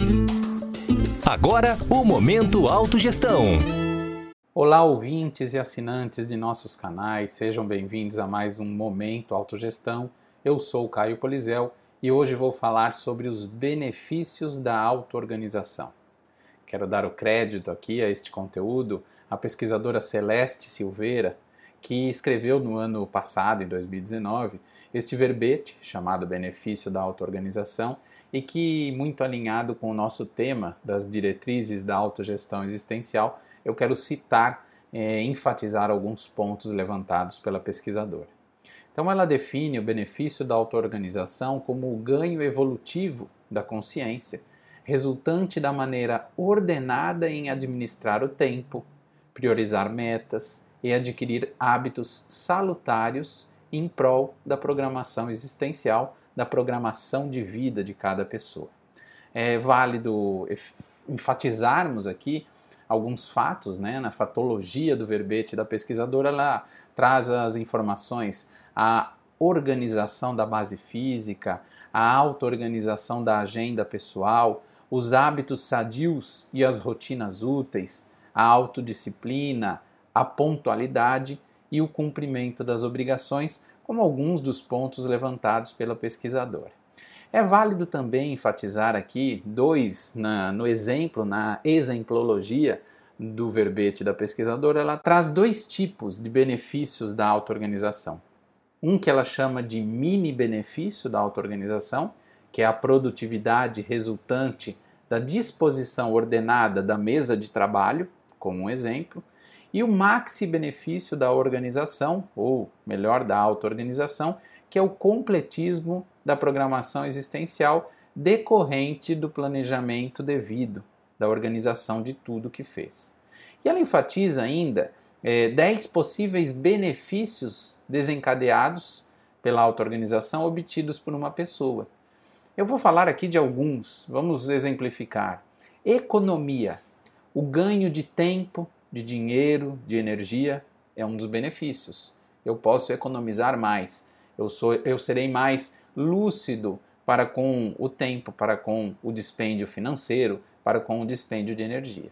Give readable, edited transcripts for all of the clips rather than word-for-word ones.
Agora, o Momento Autogestão. Olá, ouvintes e assinantes de nossos canais, sejam bem-vindos a mais um Momento Autogestão. Eu sou o Caio Polizel e hoje vou falar sobre os benefícios da auto-organização. Quero dar o crédito aqui a este conteúdo à pesquisadora Celeste Silveira, que escreveu no ano passado, em 2019, este verbete chamado Benefício da Auto-Organização e que, muito alinhado com o nosso tema das diretrizes da autogestão existencial, eu quero citar, enfatizar alguns pontos levantados pela pesquisadora. Então ela define o benefício da auto-organização como o ganho evolutivo da consciência, resultante da maneira ordenada em administrar o tempo, priorizar metas e adquirir hábitos salutários em prol da programação existencial, da programação de vida de cada pessoa. É válido enfatizarmos aqui alguns fatos, na fatologia do verbete da pesquisadora. Ela traz as informações, a organização da base física, a auto-organização da agenda pessoal, os hábitos sadios e as rotinas úteis, a autodisciplina, a pontualidade e o cumprimento das obrigações, como alguns dos pontos levantados pela pesquisadora. É válido também enfatizar aqui no exemplo, na exemplologia do verbete da pesquisadora, ela traz dois tipos de benefícios da auto-organização. Um que ela chama de mini benefício da auto-organização, que é a produtividade resultante da disposição ordenada da mesa de trabalho, como um exemplo, e o maxi benefício da organização, ou melhor, da auto-organização, que é o completismo da programação existencial decorrente do planejamento devido, da organização de tudo que fez. E ela enfatiza ainda 10 possíveis benefícios desencadeados pela auto-organização obtidos por uma pessoa. Eu vou falar aqui de alguns, vamos exemplificar. Economia, o ganho de tempo, de dinheiro, de energia, é um dos benefícios. Eu posso economizar mais, eu serei mais lúcido para com o tempo, para com o dispêndio financeiro, para com o dispêndio de energia.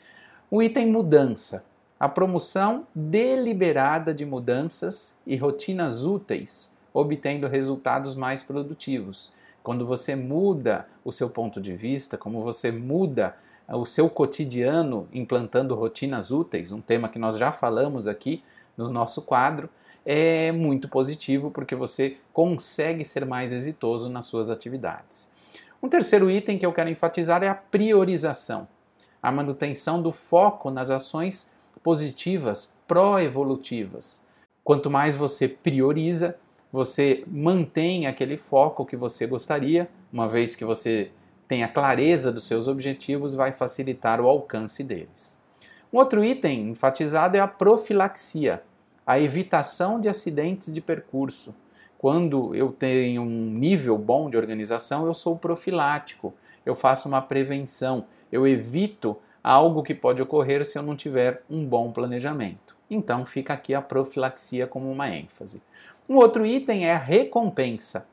O item mudança, a promoção deliberada de mudanças e rotinas úteis, obtendo resultados mais produtivos. Quando você muda o seu ponto de vista, como você muda o seu cotidiano implantando rotinas úteis, um tema que nós já falamos aqui no nosso quadro, é muito positivo porque você consegue ser mais exitoso nas suas atividades. Um terceiro item que eu quero enfatizar é a priorização, a manutenção do foco nas ações positivas, pró-evolutivas. Quanto mais você prioriza, você mantém aquele foco que você gostaria, uma vez que você tem a clareza dos seus objetivos, vai facilitar o alcance deles. Um outro item enfatizado é a profilaxia, a evitação de acidentes de percurso. Quando eu tenho um nível bom de organização, eu sou profilático, eu faço uma prevenção, eu evito algo que pode ocorrer se eu não tiver um bom planejamento. Então fica aqui a profilaxia como uma ênfase. Um outro item é a recompensa,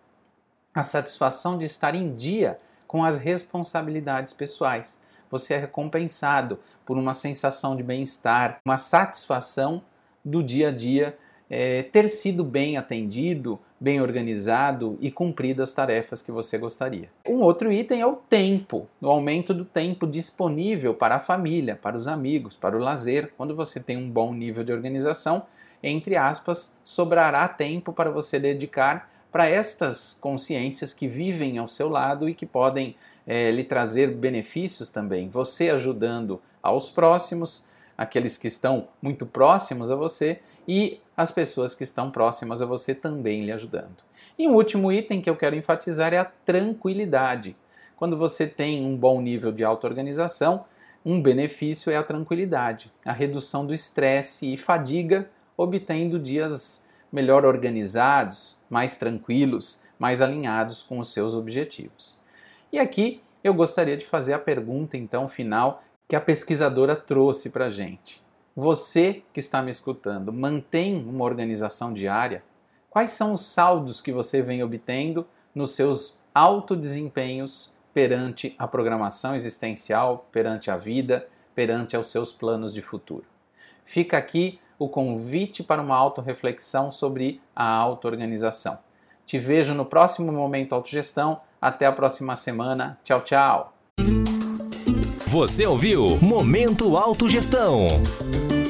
a satisfação de estar em dia com as responsabilidades pessoais. Você é recompensado por uma sensação de bem-estar, uma satisfação do dia a dia, ter sido bem atendido, bem organizado e cumprido as tarefas que você gostaria. Um outro item é o tempo, o aumento do tempo disponível para a família, para os amigos, para o lazer. Quando você tem um bom nível de organização, entre aspas, sobrará tempo para você dedicar para estas consciências que vivem ao seu lado e que podem lhe trazer benefícios também. Você ajudando aos próximos, aqueles que estão muito próximos a você e as pessoas que estão próximas a você também lhe ajudando. E um último item que eu quero enfatizar é a tranquilidade. Quando você tem um bom nível de auto-organização, um benefício é a tranquilidade, a redução do estresse e fadiga, obtendo dias melhor organizados, mais tranquilos, mais alinhados com os seus objetivos. E aqui eu gostaria de fazer a pergunta, então, final que a pesquisadora trouxe para a gente. Você que está me escutando, mantém uma organização diária? Quais são os saldos que você vem obtendo nos seus autodesempenhos perante a programação existencial, perante a vida, perante aos seus planos de futuro. Fica aqui o convite para uma autorreflexão sobre a auto-organização. Te vejo no próximo Momento Autogestão. Até a próxima semana. Tchau, tchau! Você ouviu Momento Autogestão.